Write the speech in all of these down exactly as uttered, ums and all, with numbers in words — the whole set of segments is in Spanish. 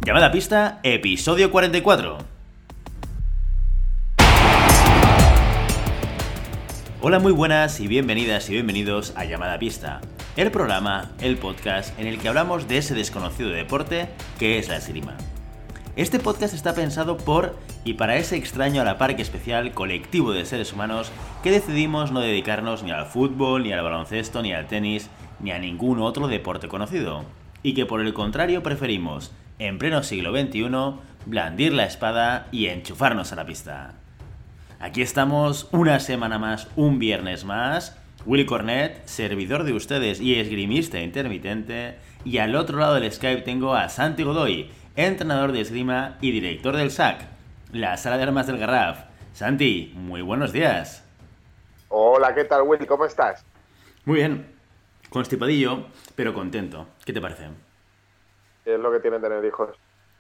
Llamada Pista, episodio cuarenta y cuatro. Hola, muy buenas y bienvenidas y bienvenidos a Llamada Pista, el programa, el podcast en el que hablamos de ese desconocido deporte que es la esgrima. Este podcast está pensado por y para ese extraño a la par que especial colectivo de seres humanos que decidimos no dedicarnos ni al fútbol, ni al baloncesto, ni al tenis, ni a ningún otro deporte conocido, y que por el contrario preferimos, en pleno siglo veintiuno, blandir la espada y enchufarnos a la pista. Aquí estamos una semana más, un viernes más. Willy Cornet, servidor de ustedes y esgrimista intermitente. Y al otro lado del Skype tengo a Santi Godoy, entrenador de esgrima y director del S A C, la Sala de Armas del Garraf. Santi, muy buenos días. Hola, ¿qué tal, Willy? ¿Cómo estás? Muy bien, constipadillo, pero contento. ¿Qué te parece? ¿Qué es lo que tiene tener hijos?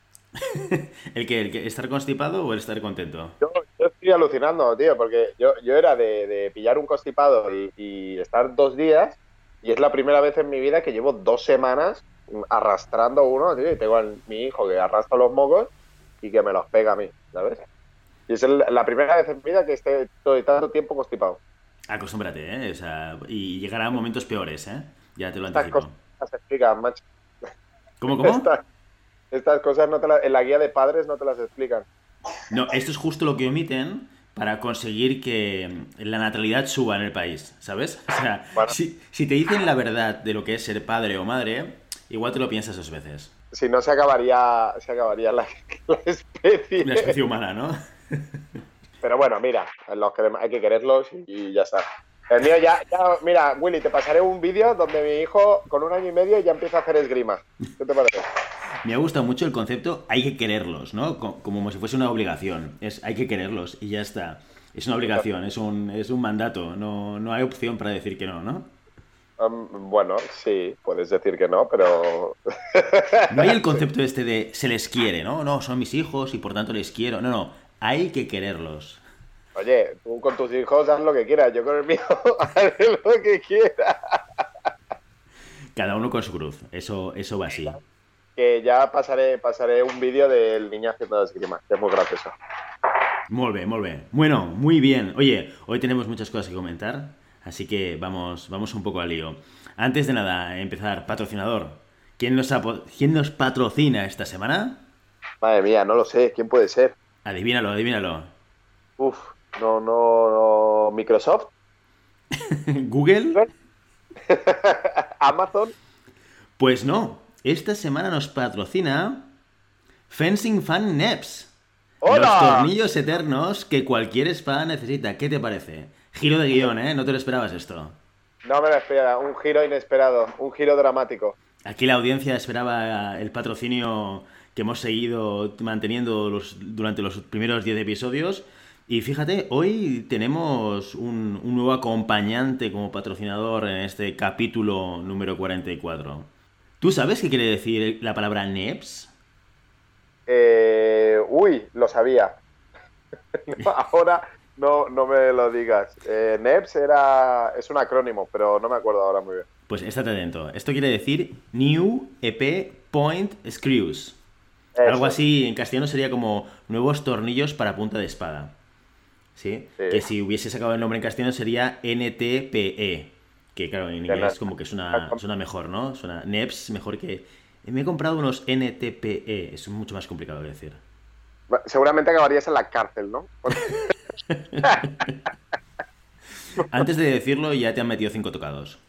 ¿El que, el que estar constipado o el estar contento? Yo, yo estoy alucinando, tío, porque yo, yo era de, de pillar un constipado y, y estar dos días, y es la primera vez en mi vida que llevo dos semanas arrastrando uno, tío, y tengo a mi hijo que arrastra los mocos y que me los pega a mí, ¿sabes? Y es el, la primera vez en mi vida que estoy tanto tiempo constipado. Acostúmbrate, ¿eh? O sea, y llegarán momentos peores, ¿eh? Ya te lo Estas anticipo. cosas se explican, macho. ¿Cómo, cómo? Estas, estas cosas no te la, en la guía de padres no te las explican. No, esto es justo lo que omiten para conseguir que la natalidad suba en el país, ¿sabes? O sea, Bueno, si, si te dicen la verdad de lo que es ser padre o madre, igual te lo piensas dos veces. si no se acabaría, se acabaría la, la especie. La especie humana, ¿no? Pero bueno, mira, los queremos, hay que quererlos y ya está. El mío ya, ya, mira, Willy, te pasaré un vídeo donde mi hijo con un año y medio ya empieza a hacer esgrima. ¿Qué te parece? Me ha gustado mucho el concepto hay que quererlos, ¿no? Co- Como si fuese una obligación. Es hay que quererlos y ya está. Es una obligación, es un, es un mandato. No, no hay opción para decir que no, ¿no? Um, bueno, sí, puedes decir que no, pero... No hay el Sí. concepto este de se les quiere, ¿no? No, son mis hijos y por tanto les quiero. No, no, hay que quererlos. Oye, tú con tus hijos haz lo que quieras, yo con el mío haré lo que quiera. Cada uno con su cruz. Eso, eso va así. Que ya pasaré, pasaré un vídeo del niño haciendo esgrima, que es muy gracioso. Molt bé, molt bé. Bueno, muy bien. Oye, hoy tenemos muchas cosas que comentar, así que vamos, vamos un poco al lío. Antes de nada, empezar, patrocinador. ¿Quién nos, apo- ¿Quién nos patrocina esta semana? Madre mía, no lo sé, ¿quién puede ser? Adivínalo, adivínalo. Uf, no, no, no. ¿Microsoft? ¿Google? ¿Amazon? Pues no. Esta semana nos patrocina Fencing Fan Neps. Los ¡Hola! tornillos eternos que cualquier espada necesita. ¿Qué te parece? Giro de guión, ¿eh? No te lo esperabas esto. No me lo esperaba, un giro inesperado, un giro dramático. Aquí la audiencia esperaba el patrocinio que hemos seguido manteniendo los- durante los primeros diez episodios. Y fíjate, hoy tenemos un, un nuevo acompañante como patrocinador en este capítulo número cuarenta y cuatro. ¿Tú sabes qué quiere decir la palabra Neps? Eh, uy, lo sabía. No, ahora no, no me lo digas. Eh, NEPS era, es un acrónimo, pero no me acuerdo ahora muy bien. Pues estate atento. Esto quiere decir New E P Point Screws. Algo Eso, así en castellano sería como nuevos tornillos para punta de espada. ¿Sí? sí. Que si hubiese sacado el nombre en castellano sería N T P E. Que claro, en Que no- inglés como que suena, suena mejor, ¿no? Suena Neps mejor que... Me he comprado unos N T P E. Es mucho más complicado de decir. Seguramente acabarías en la cárcel, ¿no? Porque- Antes de decirlo ya te han metido cinco tocados.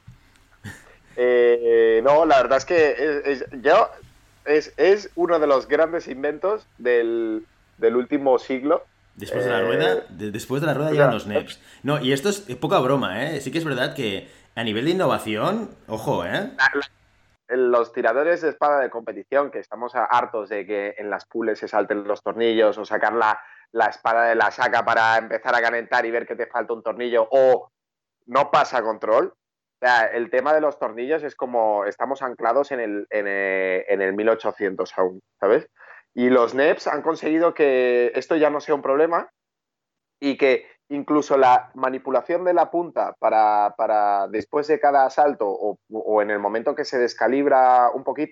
Eh, no, la verdad es que es, es- yo, es, es uno de los grandes inventos del, del último siglo. Después de la Eh, rueda, de- después de la rueda o llegan sea, los Neps. No, y esto es poca broma, ¿eh? Sí que es verdad que a nivel de innovación, ojo, ¿eh? los tiradores de espada de competición, que estamos a- hartos de que en las pools se salten los tornillos o sacar la, la espada de la saca para empezar a calentar y ver que te falta un tornillo o no pasa control. O sea, el tema de los tornillos es como estamos anclados en el, en el, en el mil ochocientos aún, ¿sabes? Y los Neps han conseguido que esto ya no sea un problema y que incluso la manipulación de la punta para, para después de cada asalto o, o en el momento que se descalibra un poquito,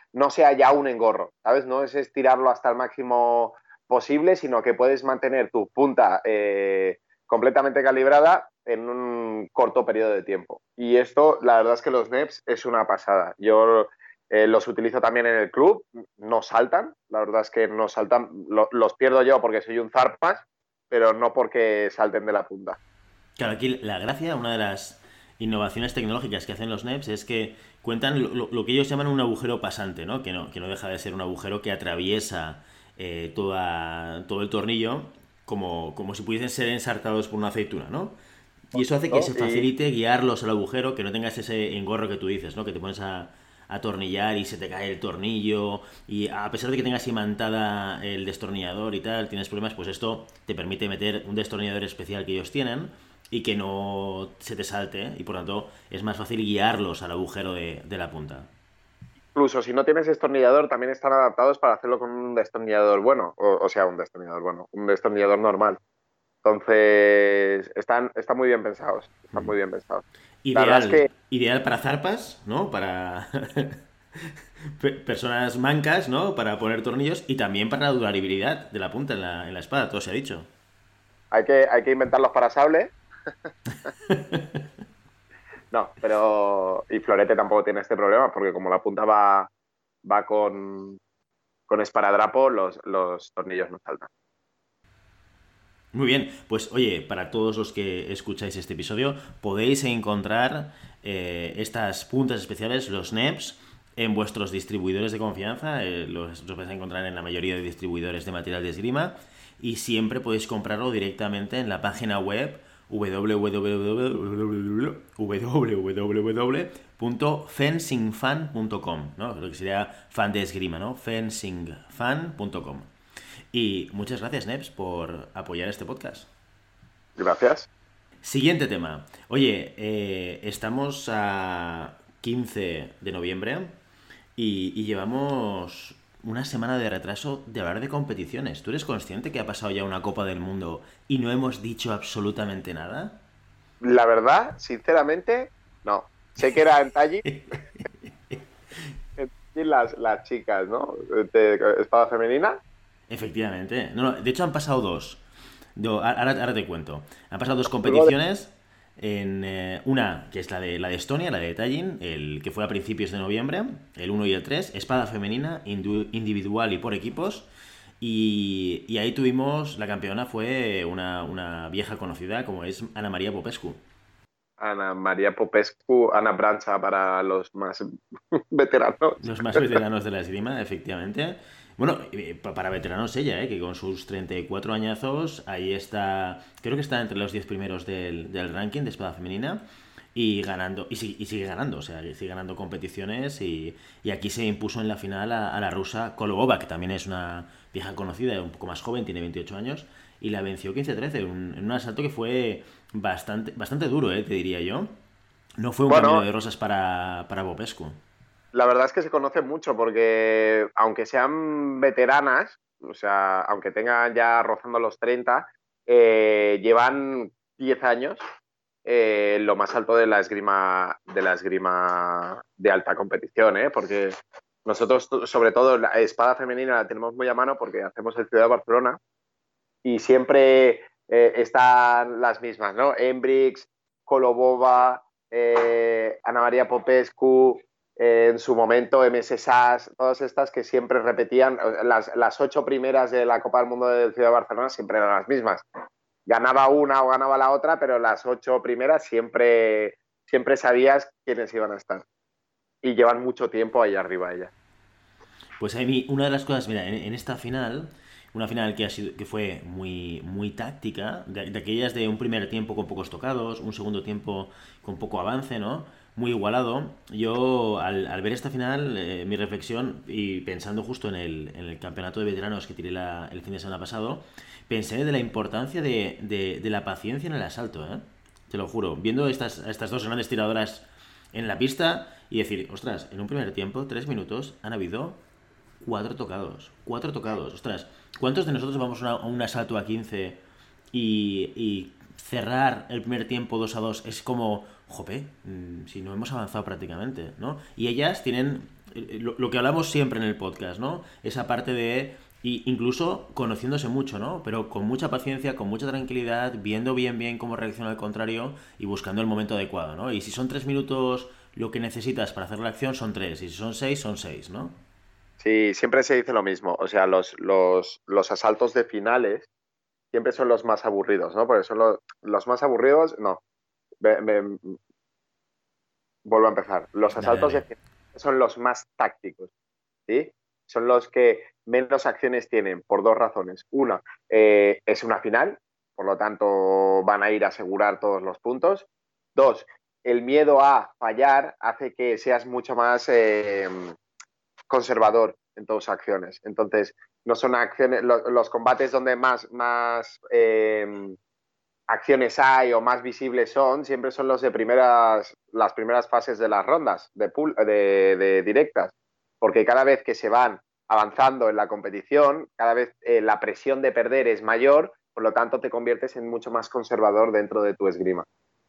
no sea ya un engorro, ¿sabes? No es estirarlo hasta el máximo posible, sino que puedes mantener tu punta eh, completamente calibrada en un corto periodo de tiempo. Y esto, la verdad es que los Neps es una pasada. Yo eh, los utilizo también en el club, no saltan, la verdad es que no saltan, lo, los pierdo yo porque soy un zarpas, pero no porque salten de la punta. Claro, aquí la gracia, una de las innovaciones tecnológicas que hacen los Neps es que cuentan lo, lo- lo que ellos llaman un agujero pasante, ¿no? Que no, que no deja de ser un agujero que atraviesa eh, toda, todo el tornillo como, como si pudiesen ser ensartados por una aceituna, ¿no? Y eso hace que ¿No? se Y facilite guiarlos al agujero, que no tengas ese engorro que tú dices, ¿no? Que te pones a, a atornillar y se te cae el tornillo y a pesar de que tengas imantada el destornillador y tal, tienes problemas, pues esto te permite meter un destornillador especial que ellos tienen y que no se te salte y por tanto es más fácil guiarlos al agujero de, de la punta. incluso si no tienes destornillador, también están adaptados para hacerlo con un destornillador bueno, o, o sea, un destornillador bueno, un destornillador normal. Entonces, están, están muy bien pensados, están muy bien pensados. La verdad es Ideal, que, ideal para zarpas, ¿no? Para pe- personas mancas, ¿no? Para poner tornillos y también para la durabilidad de la punta en la, en la espada, todo se ha dicho. hay que hay que inventarlos para sable. No, pero. Y Florete tampoco tiene este problema, porque como la punta va, va con, con esparadrapo, los, los tornillos no saltan. Muy bien, pues oye, para todos los que escucháis este episodio, podéis encontrar eh, estas puntas especiales, los Neps, en vuestros distribuidores de confianza. Eh, los, los vais a encontrar en la mayoría de distribuidores de material de esgrima. Y siempre podéis comprarlo directamente en la página web w w w punto fencingfan punto com, ¿no? Lo que sería fan de esgrima, ¿no? fencingfan punto com. Y muchas gracias, Neps, por apoyar este podcast. Gracias. Siguiente tema. Oye, eh, estamos a quince de noviembre y, y llevamos una semana de retraso de hablar de competiciones. ¿Tú eres consciente que ha pasado ya una Copa del Mundo y no hemos dicho absolutamente nada? La verdad, sinceramente, no. Sé que era en Talli, en Talli las, las chicas, ¿no? De espada femenina. Efectivamente. No, no, de hecho han pasado dos. Yo, ahora, ahora te cuento. Han pasado dos Luego de- competiciones. En, eh, una, que es la de, la de Estonia, la de Tallinn, el que fue a principios de noviembre, el uno y el tres, espada femenina, indu- individual y por equipos. Y, y ahí tuvimos, la campeona fue una, una vieja conocida como es Ana María Popescu. Ana María Popescu, Ana Brancha para los más veteranos. Los más veteranos de la esgrima, efectivamente. Bueno, eh, pa- para veteranos ella, ¿eh? Que con sus treinta y cuatro añazos, ahí está, creo que está entre los diez primeros del, del ranking de espada femenina y ganando, y, si- y sigue ganando, o sea, que sigue ganando competiciones y, y aquí se impuso en la final a, a la rusa Kolobova, que también es una vieja conocida, un poco más joven, tiene veintiocho años, y la venció quince a trece en un, en un asalto que fue bastante, bastante duro, ¿eh? Te diría yo. No fue un camino Bueno, de rosas para, para Popescu. la verdad es que se conoce mucho porque aunque sean veteranas, o sea, aunque tengan ya rozando los treinta, eh, llevan diez años eh, lo más alto de la esgrima de la esgrima de alta competición, ¿eh? Porque nosotros, sobre todo, la espada femenina la tenemos muy a mano porque hacemos el Ciudad de Barcelona y siempre eh, están las mismas, ¿no? Embrix, Kolobova, eh, Ana María Popescu, eh, en su momento M S Sass, todas estas que siempre repetían, las, las ocho primeras de la Copa del Mundo de Ciudad de Barcelona siempre eran las mismas. Ganaba una o ganaba la otra, pero las ocho primeras siempre, siempre sabías quiénes iban a estar. Y llevan mucho tiempo ahí arriba ellas. Pues a mí, una de las cosas, mira, en, en esta final, una final que, ha sido, que fue muy, muy táctica, de, de aquellas de un primer tiempo con pocos tocados, un segundo tiempo con poco avance, ¿no? Muy igualado. Yo, al, al ver esta final, eh, mi reflexión, y pensando justo en el, en el campeonato de veteranos que tiré la- el fin de semana pasado, pensé de la importancia de, de- de la paciencia en el asalto, ¿eh? Te lo juro. Viendo estas, a estas dos grandes tiradoras en la pista y decir, ostras, en un primer tiempo, tres minutos, han habido cuatro tocados. Cuatro tocados. Ostras, ¿cuántos de nosotros vamos a, una- a un asalto a quince y, y cerrar el primer tiempo dos a dos es como, jope, mm, si no hemos avanzado prácticamente, ¿no? Y ellas tienen lo, lo que hablamos siempre en el podcast, ¿no? Esa parte de, y incluso conociéndose mucho, ¿no? Pero con mucha paciencia, con mucha tranquilidad, viendo bien bien cómo reacciona el contrario y buscando el momento adecuado, ¿no? Y si son tres minutos lo que necesitas para hacer la acción, son tres. Y si son seis, son seis, ¿no? Sí, siempre se dice lo mismo. O sea, los, los, los asaltos de finales siempre son los más aburridos, ¿no? Porque son los, los más aburridos, no. Me, me- vuelvo a empezar. Los Dale, asaltos de dale. finales son los más tácticos, ¿sí? Son los que menos acciones tienen por dos razones. Una, eh, es una final, por lo tanto van a ir a asegurar todos los puntos. Dos, el miedo a fallar hace que seas mucho más eh, conservador en tus acciones. Entonces, no son acciones, lo, los combates donde más, más eh, acciones hay o más visibles son, siempre son los de primeras, las primeras fases de las rondas de, pool, de, de directas, porque cada vez que se van avanzando en la competición, cada vez eh, la presión de perder es mayor, por lo tanto te conviertes en mucho más conservador dentro de tu esgrima.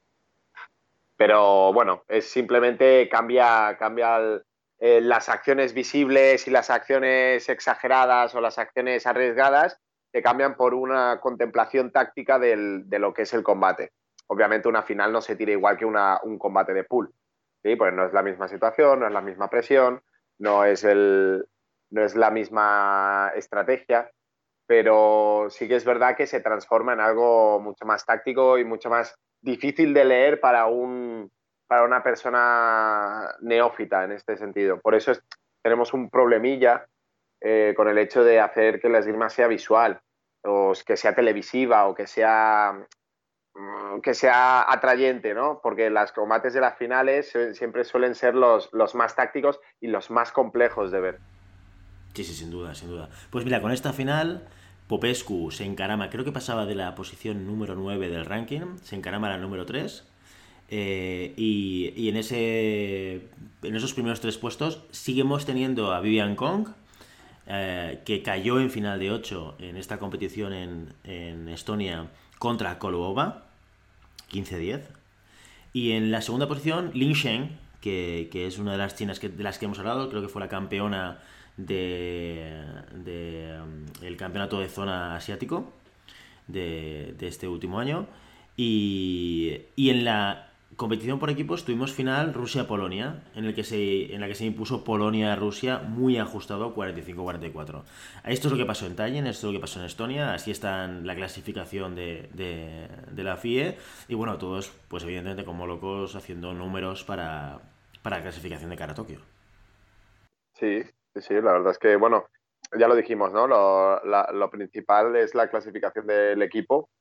Pero bueno, es simplemente cambia, cambia el, eh, las acciones visibles y las acciones exageradas o las acciones arriesgadas te cambian por una contemplación táctica del, de lo que es el combate. Obviamente una final no se tira igual que una, un combate de pool, ¿sí? Pues no es la misma situación, no es la misma presión, no es, el, no es la misma estrategia, pero sí que es verdad que se transforma en algo mucho más táctico y mucho más difícil de leer para, un, para una persona neófita en este sentido. Por eso es, tenemos un problemilla eh, con el hecho de hacer que la esgrima sea visual, o que sea televisiva, o que sea, mm, que sea atrayente, ¿no? Porque los combates de las finales siempre suelen ser los, los más tácticos y los más complejos de ver. Sí, sí, sin duda, sin duda. Pues mira, con esta final, Popescu se encarama, creo que pasaba de la posición número nueve del ranking, se encarama a la número tres. Eh, y, y en, ese, en esos primeros tres puestos seguimos teniendo a Vivian Kong, eh, que cayó en final de ocho en esta competición en, en Estonia contra Kolova, quince diez. Y en la segunda posición, Lin Shen, que, que es una de las chinas que, de las que hemos hablado, creo que fue la campeona de, de um, el campeonato de zona asiático de, de este último año. Y, y en la competición por equipos tuvimos final Rusia-Polonia, en, el que se, en la que se impuso Polonia-Rusia muy ajustado cuarenta y cinco a cuarenta y cuatro. Esto es lo que pasó en Tallinn, esto es lo que pasó en Estonia, así está en la clasificación de, de, de la F I E. Y bueno, todos, pues evidentemente como locos, haciendo números para, para la clasificación de cara a Tokio. Sí, sí, sí, la verdad es que, bueno, ya lo dijimos, ¿no? Lo, la, lo principal es la clasificación del equipo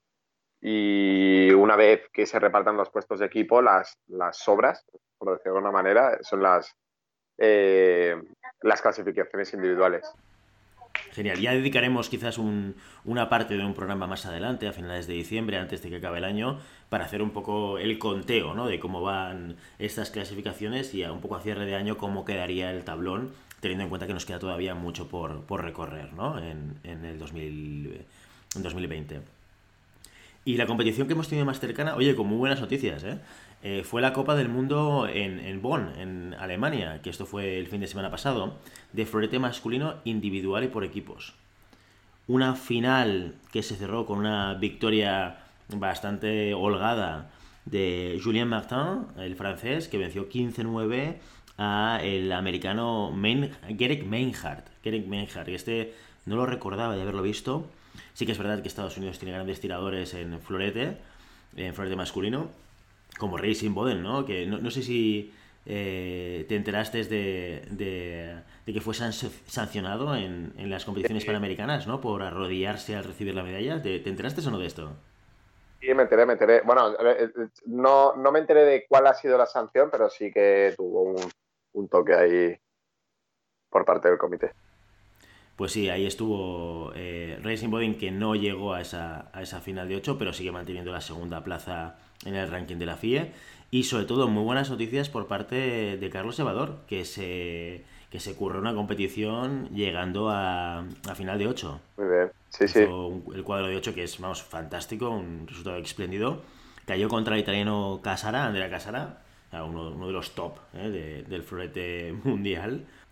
y una vez que se repartan los puestos de equipo, las, las sobras, por decirlo de alguna manera, son las, eh, las clasificaciones individuales. Genial, ya dedicaremos quizás un, una parte de un programa más adelante, a finales de diciembre, antes de que acabe el año, para hacer un poco el conteo, ¿no? De cómo van estas clasificaciones y a un poco a cierre de año cómo quedaría el tablón, teniendo en cuenta que nos queda todavía mucho por, por recorrer, ¿no? En, en el dos mil, en dos mil veinte. Y la competición que hemos tenido más cercana, oye, con muy buenas noticias, ¿eh? Eh, fue la Copa del Mundo en, en Bonn, en Alemania, que esto fue el fin de semana pasado, de florete masculino individual y por equipos. Una final que se cerró con una victoria bastante holgada de Julien Martin, el francés, que venció quince nueve a el americano Main, Gerek Meinhardt. Gerek Meinhardt, que este no lo recordaba de haberlo visto. Sí que es verdad que Estados Unidos tiene grandes tiradores en florete, en florete masculino, como Racing Boden, ¿no? Que no, no sé si eh, te enteraste de, de, de que fue san- sancionado en, en las competiciones panamericanas, ¿no? Por arrodillarse al recibir la medalla. ¿Te, te enteraste o no de esto? Sí, me enteré, me enteré. Bueno, eh, eh, no, no me enteré de cuál ha sido la sanción, pero sí que tuvo un, un toque ahí por parte del comité. Pues sí, ahí estuvo eh, Racing Boden, que no llegó a esa, a esa final de ocho, pero sigue manteniendo la segunda plaza en el ranking de la F I E. Y sobre todo, muy buenas noticias por parte de Carlos Evador, que se, que se curró una competición llegando a, a final de ocho. Muy bien. Sí, sí. Hizo un- el cuadro de ocho que es, vamos, fantástico, un resultado espléndido. Cayó contra el italiano Casara, Andrea Casara, uno, uno de los top, ¿eh? de- del florete mundial.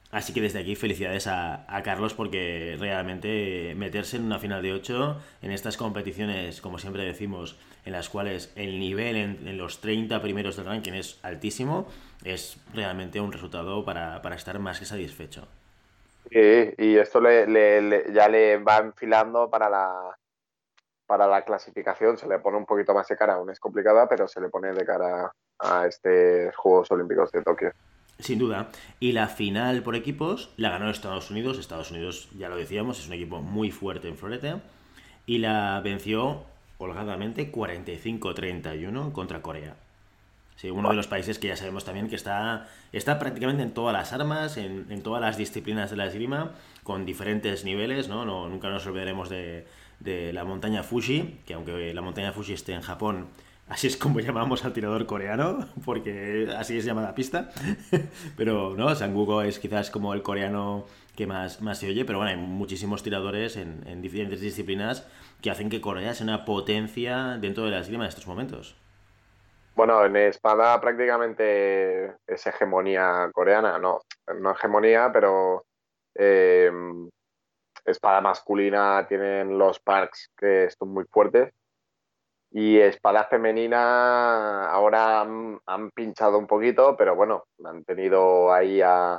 Así que desde aquí felicidades a, a Carlos porque realmente meterse en una final de ocho en estas competiciones, como siempre decimos, en las cuales el nivel en, en los treinta primeros del ranking es altísimo, es realmente un resultado para, para estar más que satisfecho. Sí, y esto le, le- le- ya le va enfilando para la, para la clasificación, se le pone un poquito más de cara, aún es complicada, pero se le pone de cara a estos Juegos Olímpicos de Tokio. Sin duda. Y la final por equipos la ganó Estados Unidos. Estados Unidos, ya lo decíamos, es un equipo muy fuerte en florete. Y la venció holgadamente cuarenta y cinco a treinta y uno contra Corea. Sí, uno de Buah. los países que ya sabemos también que está, está prácticamente en todas las armas, en, en todas las disciplinas de la esgrima, con diferentes niveles, ¿no? No, nunca nos olvidaremos de, de la montaña Fuji, que aunque la montaña Fuji esté en Japón, así es como llamamos al tirador coreano, porque así es llamada pista. Pero, ¿no? Sangugo es quizás como el coreano que más, más se oye, pero bueno, hay muchísimos tiradores en, en diferentes disciplinas que hacen que Corea sea una potencia dentro de la esgrima en estos momentos. Bueno, en espada prácticamente es hegemonía coreana, no, no hegemonía, pero eh, espada masculina tienen los Parks que son muy fuertes y espada femenina ahora han, han pinchado un poquito, pero bueno, han tenido ahí a,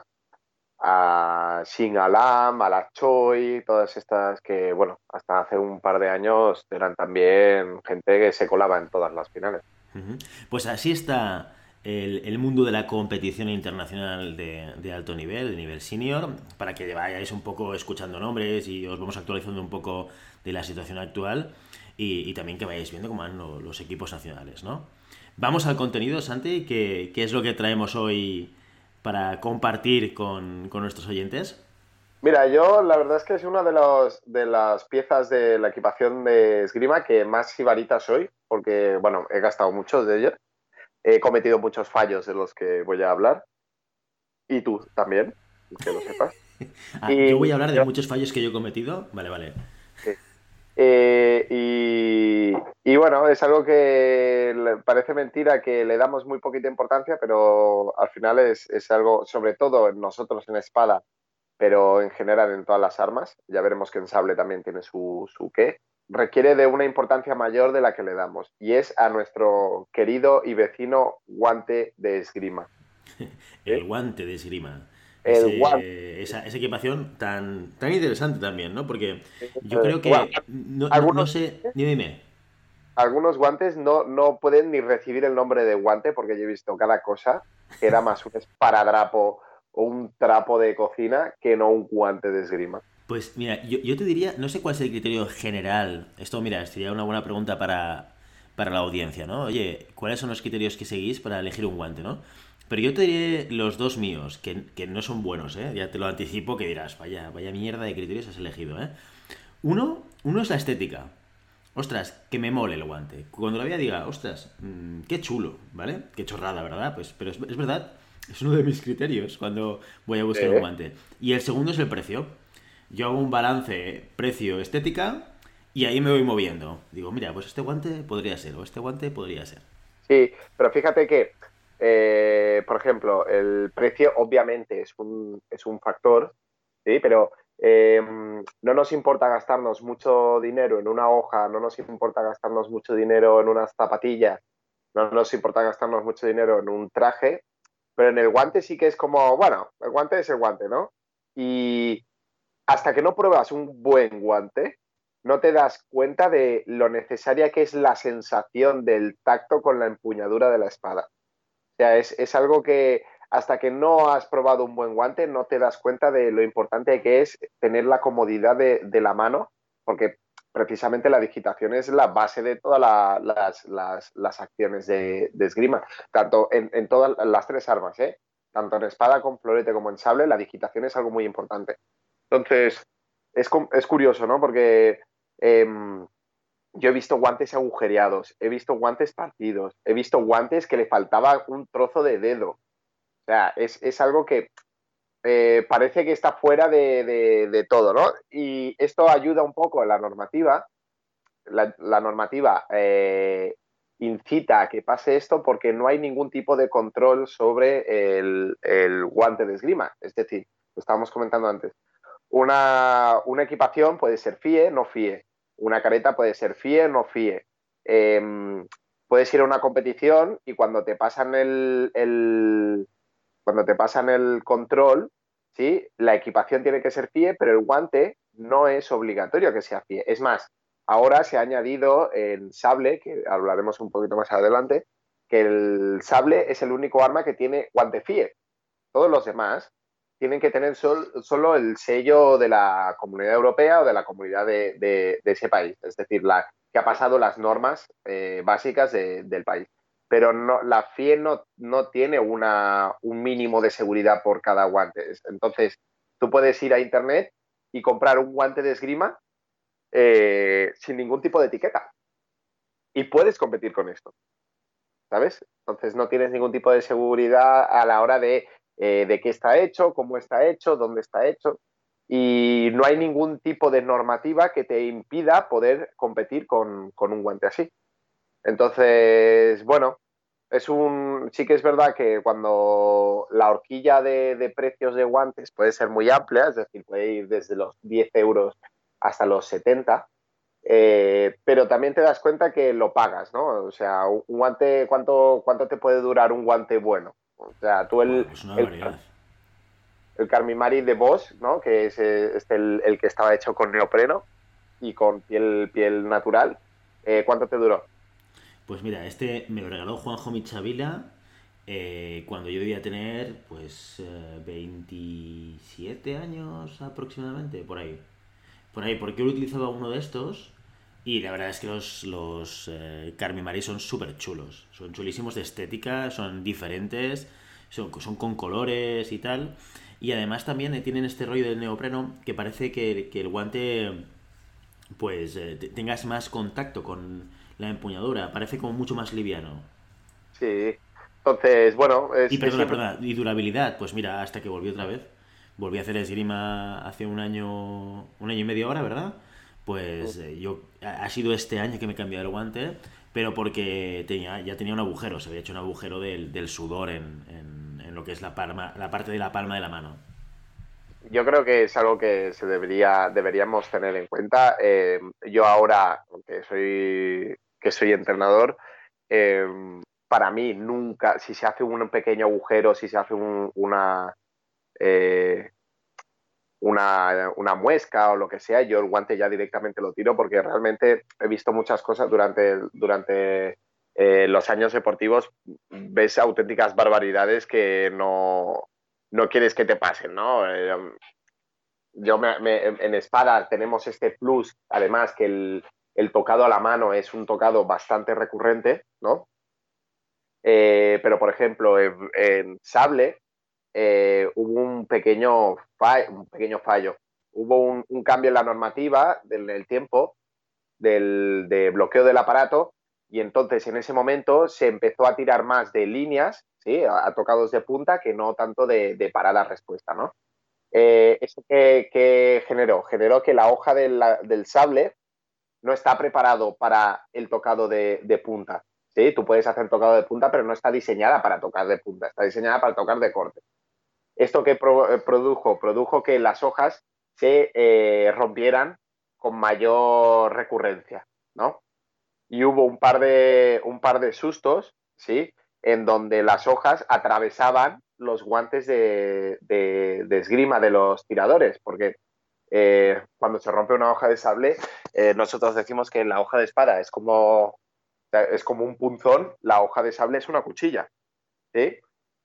a Shin Alam, a la Choi, todas estas que, bueno, hasta hace un par de años eran también gente que se colaba en todas las finales. Ujú. Pues así está el, el mundo de la competición internacional de, de alto nivel, de nivel senior, para que vayáis un poco escuchando nombres y os vamos actualizando un poco de la situación actual y, y también que vayáis viendo cómo van lo- los equipos nacionales, ¿no? Vamos al contenido, Santi, ¿qué, qué es lo que traemos hoy para compartir con, con nuestros oyentes? Mira, yo la verdad es que es una de, los, de las piezas de la equipación de esgrima que más sibarita soy, porque, bueno, he gastado muchos de ellos, he cometido muchos fallos de los que voy a hablar, y tú también, que lo sepas. Ah, Y, yo voy a hablar de muchos fallos que yo he cometido. Vale, vale. eh, y, y bueno, es algo que le- parece mentira que le damos muy poquita importancia, pero al final es, es algo, sobre todo en nosotros en espada, pero en general en todas las armas, ya veremos que en sable también tiene su, su qué, requiere de una importancia mayor de la que le damos, y es a nuestro querido y vecino guante de esgrima. ¿Sí? El guante de esgrima. El guante, Ese, esa, esa equipación tan, tan interesante también, ¿no? Porque eh, yo creo bueno, que, no, no, no algunos, sé, dime, dime. algunos guantes no, no pueden ni recibir el nombre de guante, porque yo he visto cada cosa que era más un esparadrapo o un trapo de cocina que no un guante de esgrima. Pues mira, yo, yo te diría, no sé cuál es el criterio general. Esto, mira, sería una buena pregunta para, para la audiencia, ¿no? Oye, ¿cuáles son los criterios que seguís para elegir un guante, ¿no? Pero yo te diré los dos míos, que, que no son buenos, ¿eh? Ya te lo anticipo que dirás, vaya, vaya mierda de criterios has elegido, ¿eh? Uno, uno es la estética. Ostras, que me mole el guante. Cuando lo vea diga, ostras, mmm, qué chulo, ¿vale? Qué chorrada, ¿verdad? Pues, pero es, es verdad, es uno de mis criterios cuando voy a buscar un ¿Eh? guante. Y el segundo es el precio. Yo hago un balance precio-estética y ahí me voy moviendo. Digo, mira, pues este guante podría ser, o este guante podría ser. Sí, pero fíjate que, eh, por ejemplo, el precio obviamente es un, es un factor, ¿sí? Pero eh, no nos importa gastarnos mucho dinero en una hoja, no nos importa gastarnos mucho dinero en unas zapatillas, no nos importa gastarnos mucho dinero en un traje, pero en el guante sí que es como, bueno, el guante es el guante, ¿no? Y hasta que no pruebas un buen guante, no te das cuenta de lo necesaria que es la sensación del tacto con la empuñadura de la espada. O sea, es, es algo que hasta que no has probado un buen guante no te das cuenta de lo importante que es tener la comodidad de, de la mano, porque precisamente la digitación es la base de todas la, las, las, las, acciones de, de esgrima, tanto en, en, todas las tres armas, ¿eh? Tanto en espada, con florete como en sable, la digitación es algo muy importante. Entonces, es, es curioso, ¿no? Porque eh, yo he visto guantes agujereados, he visto guantes partidos, he visto guantes que le faltaba un trozo de dedo. O sea, es, es algo que eh, parece que está fuera de, de, de, todo, ¿no? Y esto ayuda un poco a la normativa. La, la normativa eh, incita a que pase esto porque no hay ningún tipo de control sobre el, el guante de esgrima. Es decir, lo estábamos comentando antes. Una, una equipación puede ser F I E, no F I E. Una careta puede ser F I E, no F I E. Eh, puedes ir a una competición y cuando te pasan el, el, cuando te pasan el control, ¿sí? La equipación tiene que ser F I E, pero el guante no es obligatorio que sea F I E. Es más, ahora se ha añadido en sable, que hablaremos un poquito más adelante, que el sable es el único arma que tiene guante F I E. Todos los demás tienen que tener sol, solo el sello de la Comunidad Europea o de la comunidad de, de, de ese país, es decir, la, que ha pasado las normas eh, básicas de, del país. Pero no, la F I E no, no tiene una, un mínimo de seguridad por cada guante. Entonces, tú puedes ir a internet y comprar un guante de esgrima eh, sin ningún tipo de etiqueta. Y puedes competir con esto, ¿sabes? Entonces no tienes ningún tipo de seguridad a la hora de, eh, de qué está hecho, cómo está hecho, dónde está hecho. Y no hay ningún tipo de normativa que te impida poder competir con, con un guante así. Entonces, bueno, es un, sí que es verdad que cuando la horquilla de, de precios de guantes puede ser muy amplia, es decir, puede ir desde los diez euros hasta los setenta, eh, pero también te das cuenta que lo pagas, ¿no? O sea, un guante, ¿cuánto, cuánto te puede durar un guante bueno? O sea, tú Buah, el, pues una el, barbaridad. el Carmimari de Bosch, ¿no? Que es eh, este el, el que estaba hecho con neopreno y con piel, piel natural, eh, ¿cuánto te duró? Pues mira, este me lo regaló Juanjo Michavila eh, cuando yo debía tener pues eh, veintisiete años aproximadamente, por ahí. Por ahí, porque yo utilizaba uno de estos y la verdad es que los, los eh, Carmimari son súper chulos. Son chulísimos de estética, son diferentes, son, son con colores y tal. Y además también eh, tienen este rollo del neopreno que parece que, que el guante pues eh, te- tengas más contacto con la empuñadura, parece como mucho más liviano. Sí. Entonces, bueno, Y es, es perdona, siempre... perdona, y durabilidad, pues mira, hasta que volví otra vez. Volví a hacer esgrima hace un año, un año y medio ahora, ¿verdad? Pues eh, yo, ha ha sido este año que me he cambiado el guante, pero porque tenía, ya tenía un agujero, se había hecho un agujero del, del sudor en, en, en lo que es la palma, la parte de la palma de la mano. Yo creo que es algo que se debería, deberíamos tener en cuenta. Eh, yo ahora, que soy, que soy entrenador, eh, para mí nunca, si se hace un pequeño agujero, si se hace un- una, eh, una, una muesca o lo que sea, yo el guante ya directamente lo tiro porque realmente he visto muchas cosas durante, durante eh, los años deportivos, ves auténticas barbaridades que no, no quieres que te pasen, ¿no? Eh, yo me, me, en espada tenemos este plus, además que el, el, tocado a la mano es un tocado bastante recurrente, ¿no? Eh, pero, por ejemplo, en, en sable eh, hubo un pequeño, fallo, un pequeño fallo. Hubo un, un, cambio en la normativa del, del tiempo del, de bloqueo del aparato y entonces en ese momento se empezó a tirar más de líneas, ¿sí? a, a tocados de punta que no tanto de, de parada-respuesta, ¿no? Eh, ¿Eso qué, qué generó? Generó que la hoja de la, del sable no está preparado para el tocado de, de punta. ¿Sí? Tú puedes hacer tocado de punta, pero no está diseñada para tocar de punta, está diseñada para tocar de corte. ¿Esto qué pro, eh, produjo? Produjo que las hojas se eh, rompieran con mayor recurrencia, ¿no? Y hubo un par de, un par de sustos, ¿sí? En donde las hojas atravesaban los guantes de, de, de esgrima de los tiradores, porque eh, cuando se rompe una hoja de sable, eh, nosotros decimos que la hoja de espada es como, es como un punzón, la hoja de sable es una cuchilla, ¿sí?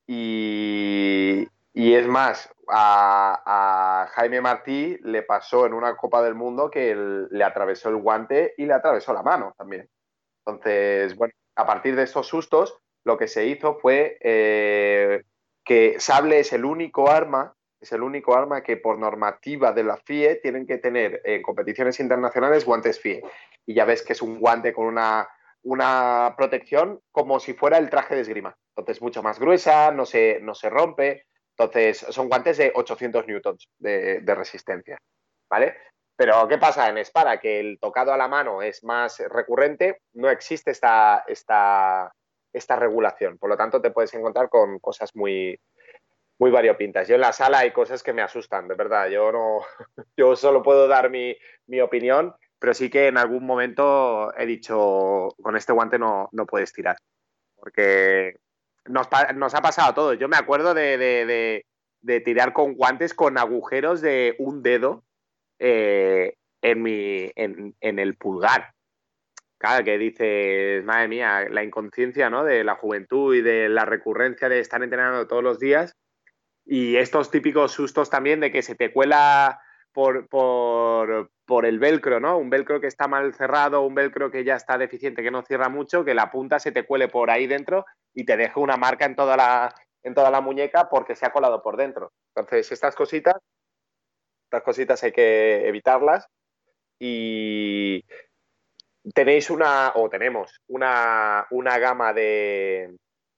Y, y es más, a, a, Jaime Martí le pasó en una Copa del Mundo que él, le atravesó el guante y le atravesó la mano también. Entonces, bueno, a partir de estos sustos, lo que se hizo fue eh, que sable es el único arma, es el único arma que por normativa de la F I E tienen que tener en competiciones internacionales guantes F I E. Y ya ves que es un guante con una, una protección como si fuera el traje de esgrima. Entonces, mucho más gruesa, no se, no se rompe. Entonces, son guantes de ochocientos newtons de, de resistencia, ¿vale? Pero, ¿qué pasa en espada? Que el tocado a la mano es más recurrente, no existe esta, esta, esta regulación. Por lo tanto, te puedes encontrar con cosas muy, muy variopintas. Yo en la sala hay cosas que me asustan, de verdad. Yo no, yo solo puedo dar mi, mi opinión, pero sí que en algún momento he dicho, con este guante no, no puedes tirar, porque nos, nos ha pasado a todos. Yo me acuerdo de, de, de, de tirar con guantes con agujeros de un dedo eh, en, mi, en, en el pulgar. Claro, que dices, madre mía, la inconsciencia, ¿no?, de la juventud y de la recurrencia de estar entrenando todos los días y estos típicos sustos también de que se te cuela por, por, por el velcro, ¿no? Un velcro que está mal cerrado, un velcro que ya está deficiente, que no cierra mucho, que la punta se te cuele por ahí dentro y te deje una marca en toda la, en toda la muñeca porque se ha colado por dentro. Entonces, estas cositas, estas cositas hay que evitarlas y tenéis una, o tenemos una, una gama de,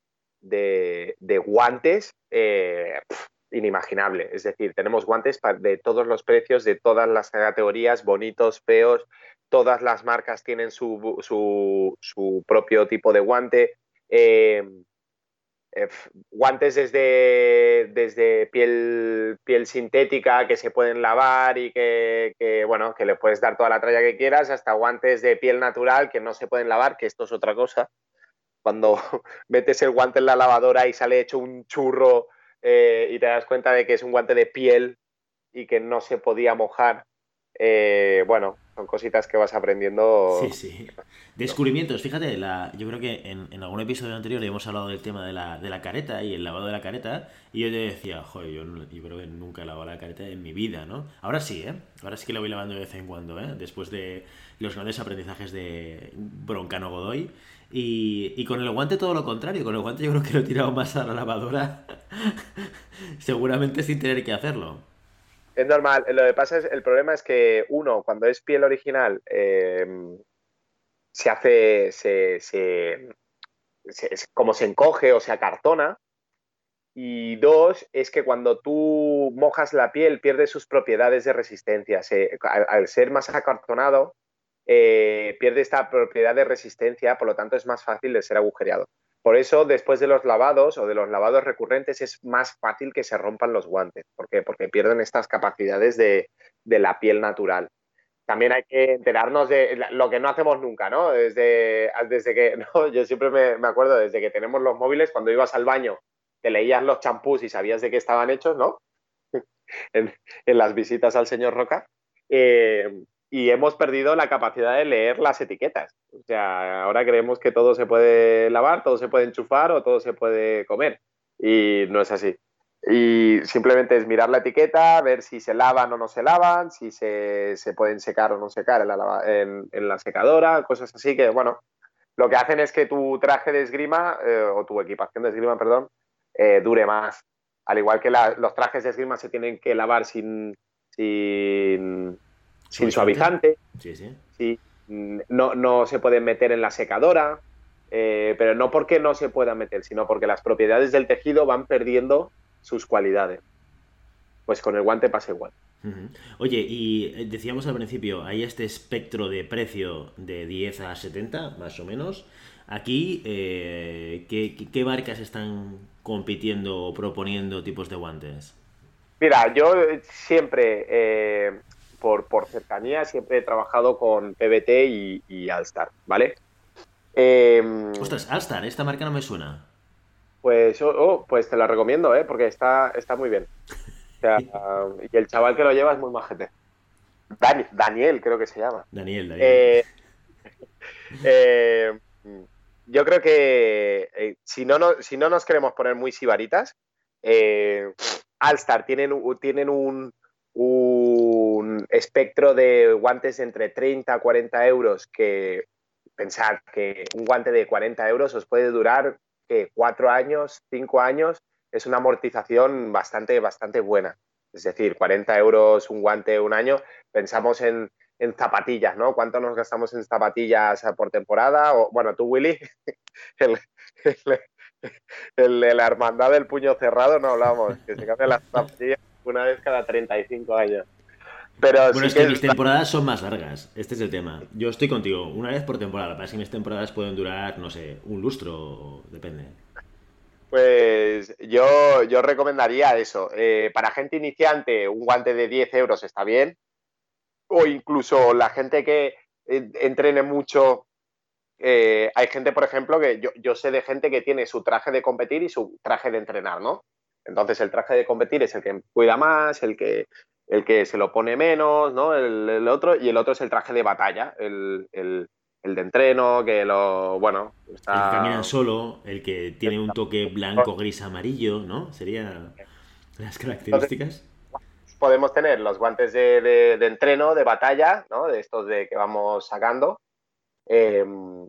de, de guantes eh, pff, inimaginable. Es decir, tenemos guantes de todos los precios, de todas las categorías, bonitos, feos, todas las marcas tienen su, su, su propio tipo de guante. Eh, eh, guantes desde, desde piel, piel sintética que se pueden lavar y que, que, bueno, que le puedes dar toda la tralla que quieras, hasta guantes de piel natural que no se pueden lavar, que esto es otra cosa. Cuando metes el guante en la lavadora y sale hecho un churro eh, y te das cuenta de que es un guante de piel y que no se podía mojar, eh, bueno, son cositas que vas Sí, aprendiendo. sí. Descubrimientos, fíjate, la, yo creo que en, en algún episodio anterior hemos hablado del tema de la, de la careta y el lavado de la careta, y yo te decía, joder, yo, no- yo creo que nunca he lavado la careta en mi vida, ¿no? Ahora sí, ¿eh? Ahora sí que la voy lavando de vez en cuando, ¿eh? Después de los grandes aprendizajes de Broncano Godoy. Y, y con el guante todo lo contrario, con el guante yo creo que lo he tirado más a la lavadora, seguramente sin tener que hacerlo. Es normal. Lo que pasa es, el problema es que uno, cuando es piel original, eh, se hace, se, se, se- es como se encoge o se acartona. Y dos, es que cuando tú mojas la piel pierde sus propiedades de resistencia. Se- al, al ser más acartonado, eh, pierde esta propiedad de resistencia, por lo tanto es más fácil de ser agujereado. Por eso, después de los lavados o de los lavados recurrentes, es más fácil que se rompan los guantes. ¿Por qué? Porque pierden estas capacidades de, de la piel natural. También hay que enterarnos de lo que no hacemos nunca, ¿no? Desde, desde que, no, yo siempre me, me acuerdo, desde que tenemos los móviles, cuando ibas al baño, te leías los champús y sabías de qué estaban hechos, ¿no? En, en las visitas al señor Roca. Eh, y hemos perdido la capacidad de leer las etiquetas. O sea, ahora creemos que todo se puede lavar, todo se puede enchufar o todo se puede comer. Y no es así. Y simplemente es mirar la etiqueta, ver si se lavan o no se lavan, si se, se pueden secar o no secar en la, lava- en, en la secadora, cosas así que, bueno, lo que hacen es que tu traje de esgrima, eh, o tu equipación de esgrima, perdón, eh, dure más. Al igual que la- los trajes de esgrima se tienen que lavar sin, sin, sin ¿Suavizante? suavizante, Sí, sí. sí, mm, no, no se pueden meter en la secadora, eh, pero no porque no se puedan meter, sino porque las propiedades del tejido van perdiendo sus cualidades. Pues con el guante pasa igual. Ujú. Oye, y eh, decíamos al principio, hay este espectro de precio de diez a setenta, más o menos. Aquí, eh, ¿qué, qué- qué marcas están compitiendo o proponiendo tipos de guantes? Mira, yo siempre, eh, por, por cercanía, siempre he trabajado con P B T y, y Alstar, ¿vale? Eh, Ostras, Alstar, esta marca no me suena. pues, oh, oh, pues te la recomiendo, ¿eh? Porque está, está muy bien. O sea, y el chaval que lo lleva es muy majete. Dani- Daniel, creo que se llama. Daniel, Daniel. Eh, eh, yo creo que eh, si, no, no, si no nos queremos poner muy sibaritas, eh, Alstar tienen, u- tienen un, un espectro de guantes entre treinta a cuarenta euros que pensar que un guante de cuarenta euros os puede durar que cuatro años, cinco años, es una amortización bastante, bastante buena. Es decir, cuarenta euros un guante un año, pensamos en, en zapatillas, ¿no? ¿Cuánto nos gastamos en zapatillas por temporada? O, bueno, tú, Willy, el, el, el, el hermandad del puño cerrado no hablamos, que se cambian las zapatillas una vez cada treinta y cinco años. Pero Bueno, sí es que que mis es, temporadas son más largas. Este es el tema. Yo estoy contigo, una vez por temporada. Parece que mis temporadas pueden durar, no sé, un lustro, o depende. Pues yo, yo recomendaría eso. Eh, para gente iniciante, un guante de diez euros está bien. O incluso la gente que eh, entrene mucho. Eh, hay gente, por ejemplo, que yo, yo sé de gente que tiene su traje de competir y su traje de entrenar, ¿no? Entonces el traje de competir es el que cuida más, el que, el que se lo pone menos, ¿no? El, el otro, y el otro es el traje de batalla, el, el, el de entreno, que lo, bueno, El que camina está... solo, el que tiene un toque blanco, gris, amarillo, ¿no? Serían las Entonces características. podemos tener los guantes de, de, de entreno, de batalla, ¿no? De estos de que vamos sacando. Eh,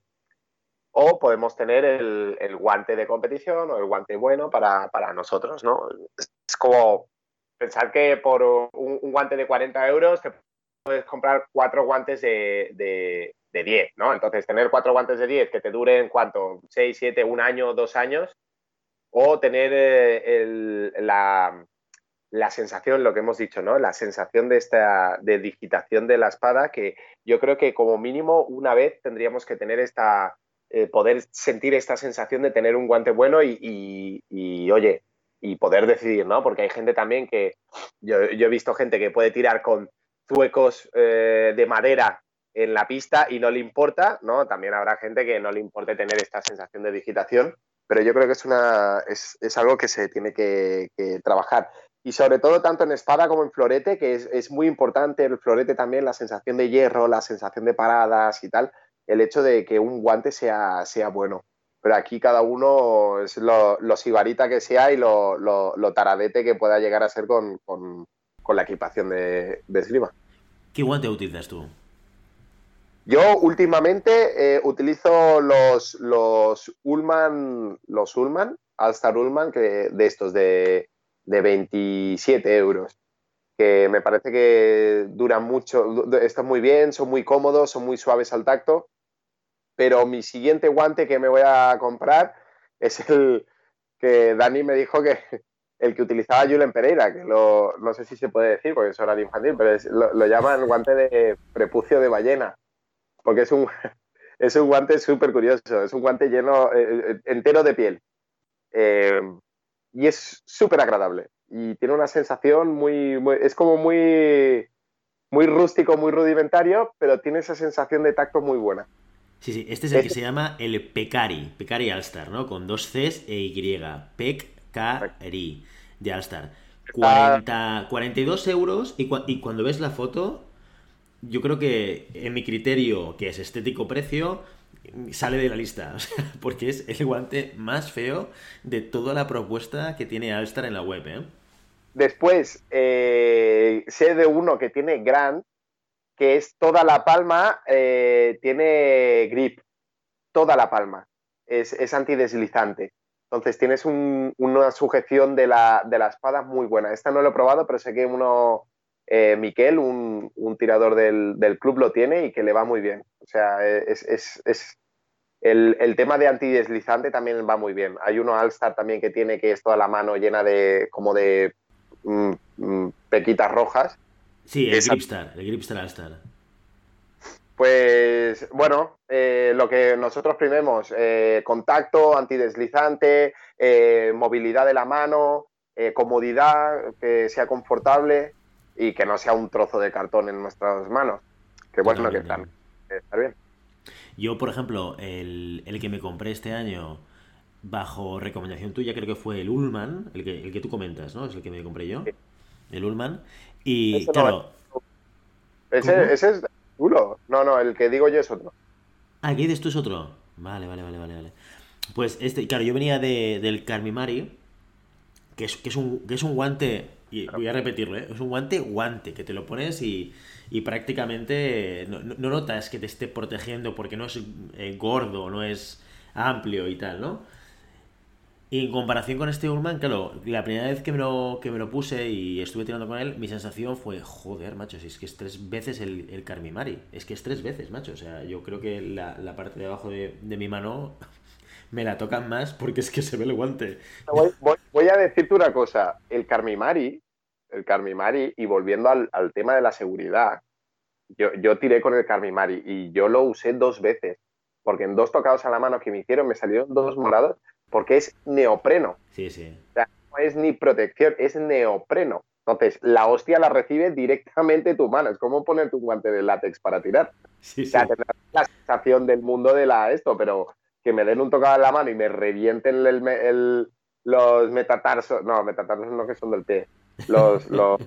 O podemos tener el, el, guante de competición o el guante bueno para, para nosotros, ¿no? Es como pensar que por un, un, guante de cuarenta euros te puedes comprar cuatro guantes de, de, de diez, ¿no? Entonces, tener cuatro guantes de diez que te duren, ¿cuánto? seis, siete, un año, dos años. O tener eh, el, la, la sensación, lo que hemos dicho, ¿no? La sensación de esta de digitación de la espada, que yo creo que como mínimo una vez tendríamos que tener esta, eh, poder sentir esta sensación de tener un guante bueno y, y, y, oye, y poder decidir, ¿no? Porque hay gente también que, yo, yo he visto gente que puede tirar con zuecos eh, de madera en la pista y no le importa, ¿no? También habrá gente que no le importe tener esta sensación de digitación, pero yo creo que es, una, es, es algo que se tiene que, que trabajar. Y sobre todo tanto en espada como en florete, que es, es muy importante el florete también, la sensación de hierro, la sensación de paradas y tal, el hecho de que un guante sea, sea bueno. Pero aquí cada uno es lo, lo sibarita que sea y lo, lo, lo taradete que pueda llegar a ser con, con, con la equipación de, de esgrima. ¿Qué guante utilizas tú? Yo últimamente eh, utilizo los, los Ullman, los Ullman, All-Star Ullman, que, de estos de, de veintisiete euros, que me parece que duran mucho, están muy bien, son muy cómodos, son muy suaves al tacto, pero mi siguiente guante que me voy a comprar es el que Dani me dijo que el que utilizaba Julen Pereira, que lo, no sé si se puede decir porque es horario infantil, pero es, lo, lo llaman guante de prepucio de ballena, porque es un, es un guante súper curioso, es un guante lleno, eh, entero de piel. Eh, y es súper agradable. Y tiene una sensación muy, muy, es como muy, muy rústico, muy rudimentario, pero tiene esa sensación de tacto muy buena. Sí, sí, este es el que Este, se llama el Pecari, Pecari All-Star, ¿no? Con dos Cs e Y. Pecari de All-Star. está, cuarenta, cuarenta y dos euros y, cu y cuando ves la foto, yo creo que en mi criterio, que es estético precio, sale de la lista, o sea, porque es el guante más feo de toda la propuesta que tiene Alstar en la web, ¿eh? después, eh, sé de uno que tiene Grand, que es toda la palma, eh, tiene grip, toda la palma. Es, es antideslizante. Entonces tienes un, una sujeción de la, de la espada muy buena. Esta no lo he probado, pero sé que uno, eh, Miquel, un, un tirador del, del, club, lo tiene y que le va muy bien. O sea, es, es, es el, el, tema de antideslizante también va muy bien. Hay uno All-Star también que tiene, que es toda la mano llena de como de mm, mm, pequitas rojas. Sí, el Esa, Gripstar, el Gripstar Alstar. pues bueno, eh, lo que nosotros primemos, eh, contacto, antideslizante, eh, movilidad de la mano, eh, comodidad, que sea confortable y que no sea un trozo de cartón en nuestras manos. Que bueno, que Totalmente. también está bien. Yo, por ejemplo, el, el que me compré este año bajo recomendación tuya, creo que fue el Ullman, el que, el que tú comentas, ¿no? Es el que me compré yo, el Ullman. Y Ese no es. claro, Ese, ¿cómo? ese es chulo. No, no, el que digo yo es otro. Ah, ¿qué dices tú es otro? Vale, vale, vale, vale, vale. Pues este, claro, yo venía de, del Carmimari, que es, que es, un, que es un guante, y Claro. voy a repetirlo, ¿eh? Es un guante guante, que te lo pones y, y prácticamente no, no notas que te esté protegiendo porque no es eh, gordo, no es amplio y tal, ¿no? Y en comparación con este Urban, claro, la primera vez que me lo, que me lo puse y estuve tirando con él, mi sensación fue, joder, macho, si es que es tres veces el, el Carmimari. Es que es tres veces, macho. O sea, yo creo que la, la parte de abajo de, de mi mano me la tocan más porque es que se ve el guante. Voy, voy, voy a decirte una cosa. El Carmimari, el Carmimari, y volviendo al, al tema de la seguridad, yo, yo tiré con el Carmimari y yo lo usé dos veces, porque en dos tocados a la mano que me hicieron me salieron dos morados, porque es neopreno. Sí, sí. O sea, no es ni protección, es neopreno. Entonces, la hostia la recibe directamente tu mano. Es como poner tu guante de látex para tirar. Sí, O sea, sí. tendrás la sensación del mundo de la esto, pero que me den un tocado en la mano y me revienten el, el, los metatarsos. No, metatarsos no, que son del pie. Los, los,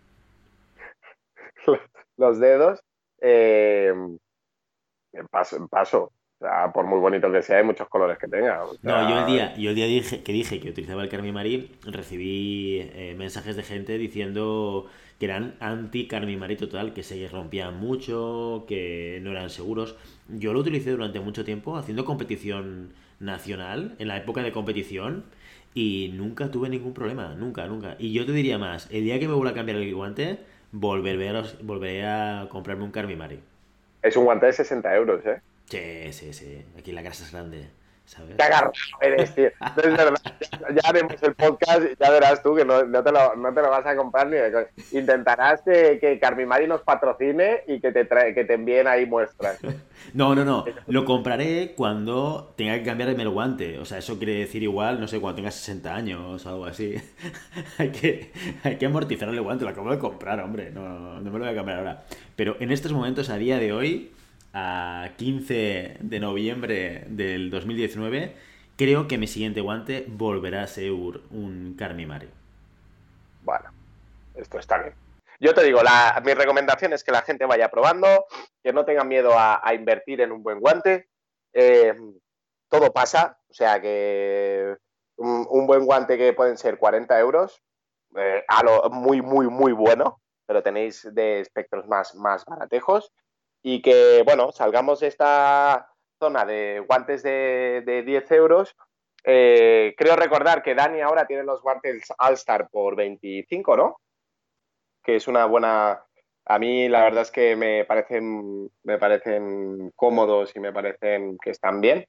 los dedos. Eh, paso, en paso. O sea, por muy bonito que sea, hay muchos colores que tenga. O No, yo el sea, día, yo el día dije, que dije que utilizaba el Carmi Mari, recibí eh, mensajes de gente diciendo que eran anti Carmi Mari total, que se rompían mucho, que no eran seguros. Yo lo utilicé durante mucho tiempo haciendo competición nacional, en la época de competición, y nunca tuve ningún problema, nunca, nunca. Y yo te diría más, el día que me vuelva a cambiar el guante, volveré a, volveré a comprarme un Carmi Mari. es un guante de sesenta euros, ¿eh? Sí, sí, sí, aquí la casa es grande, ¿sabes? Qué agarrado eres, tío. No es verdad. Ya, ya haremos el podcast y ya verás tú que no, no, te, lo, no te lo vas a comprar ni de cosa. Intentarás que, que Carmimari nos patrocine y que te, trae, que te envíen ahí muestras. No, no, no. Lo compraré cuando tenga que cambiarme el guante. O sea, eso quiere decir igual, no sé, cuando tenga sesenta años o algo así. hay, que, hay que amortizar el guante. Lo acabo de comprar, hombre. No, no me lo voy a cambiar ahora. Pero en estos momentos, a día de hoy, a quince de noviembre del dos mil diecinueve, creo que mi siguiente guante volverá a ser un Carmi Mari. Bueno, esto está bien. Yo te digo, la, mi recomendación es que la gente vaya probando, que no tengan miedo a, a invertir en un buen guante. Eh, todo pasa, o sea que un, un buen guante que pueden ser cuarenta euros, eh, a lo muy, muy, muy bueno, pero tenéis de espectros más, más baratejos. Y que, bueno, salgamos de esta zona de guantes de, de diez euros. Eh, creo recordar que Dani ahora tiene los guantes All-Star por veinticinco, ¿no? Que es una buena... A mí la verdad es que me parecen, me parecen cómodos y me parecen que están bien.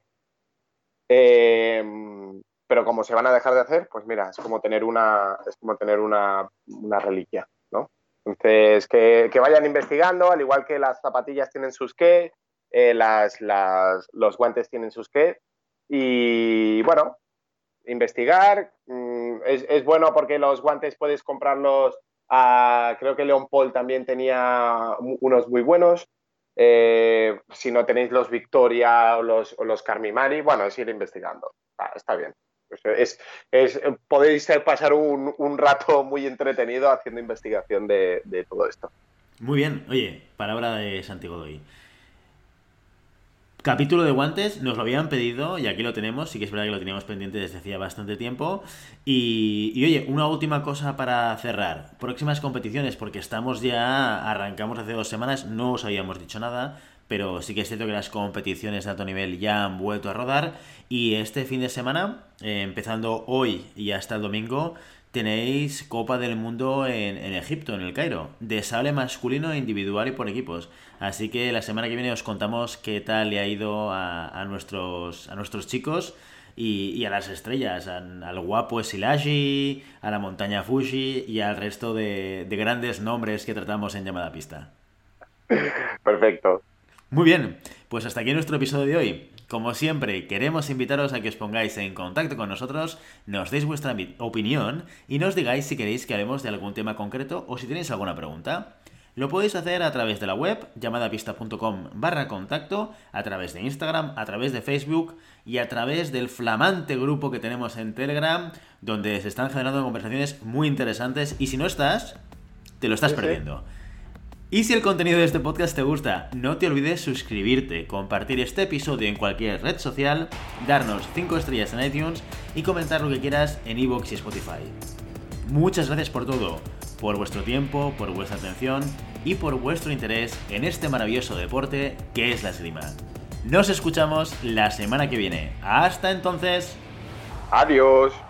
Eh, pero como se van a dejar de hacer, pues mira, es como tener una, es como tener una, una reliquia, ¿no? Entonces, que, que vayan investigando, al igual que las zapatillas tienen sus qué, eh, las, las, los guantes tienen sus qué. Y bueno, investigar. Mmm, es, es bueno porque los guantes puedes comprarlos. A, creo que Leon Paul también tenía unos muy buenos. Eh, si no tenéis los Victoria o los, o los Carmimari, bueno, es ir investigando. Ah, está bien. Es, es, podéis pasar un, un rato muy entretenido haciendo investigación de, de todo esto. Muy bien. Oye, palabra de Santi Godoy. Capítulo de guantes, nos lo habían pedido y aquí lo tenemos, sí que es verdad que lo teníamos pendiente desde hacía bastante tiempo. Y, y oye, una última cosa para cerrar. Próximas competiciones, porque estamos ya, arrancamos hace dos semanas, no os habíamos dicho nada, pero sí que es cierto que las competiciones de alto nivel ya han vuelto a rodar. Y este fin de semana, eh, empezando hoy y hasta el domingo, tenéis Copa del Mundo en, en Egipto, en el Cairo, de sable masculino individual y por equipos. Así que la semana que viene os contamos qué tal le ha ido a, a, nuestros, a nuestros chicos y, y a las estrellas, a, al guapo Silashi, a la montaña Fuji y al resto de, de grandes nombres que tratamos en Llamada Pista. Perfecto. Muy bien, pues hasta aquí nuestro episodio de hoy. Como siempre, queremos invitaros a que os pongáis en contacto con nosotros, nos deis vuestra opinión y nos digáis si queréis que hablemos de algún tema concreto o si tenéis alguna pregunta. Lo podéis hacer a través de la web, llamadapista.com barra contacto, a través de Instagram, a través de Facebook y a través del flamante grupo que tenemos en Telegram, donde se están generando conversaciones muy interesantes y si no estás, te lo estás sí, perdiendo. Sí. Y si el contenido de este podcast te gusta, no te olvides suscribirte, compartir este episodio en cualquier red social, darnos cinco estrellas en iTunes y comentar lo que quieras en iVoox y Spotify. Muchas gracias por todo, por vuestro tiempo, por vuestra atención y por vuestro interés en este maravilloso deporte que es la esgrima. Nos escuchamos la semana que viene. Hasta entonces. Adiós.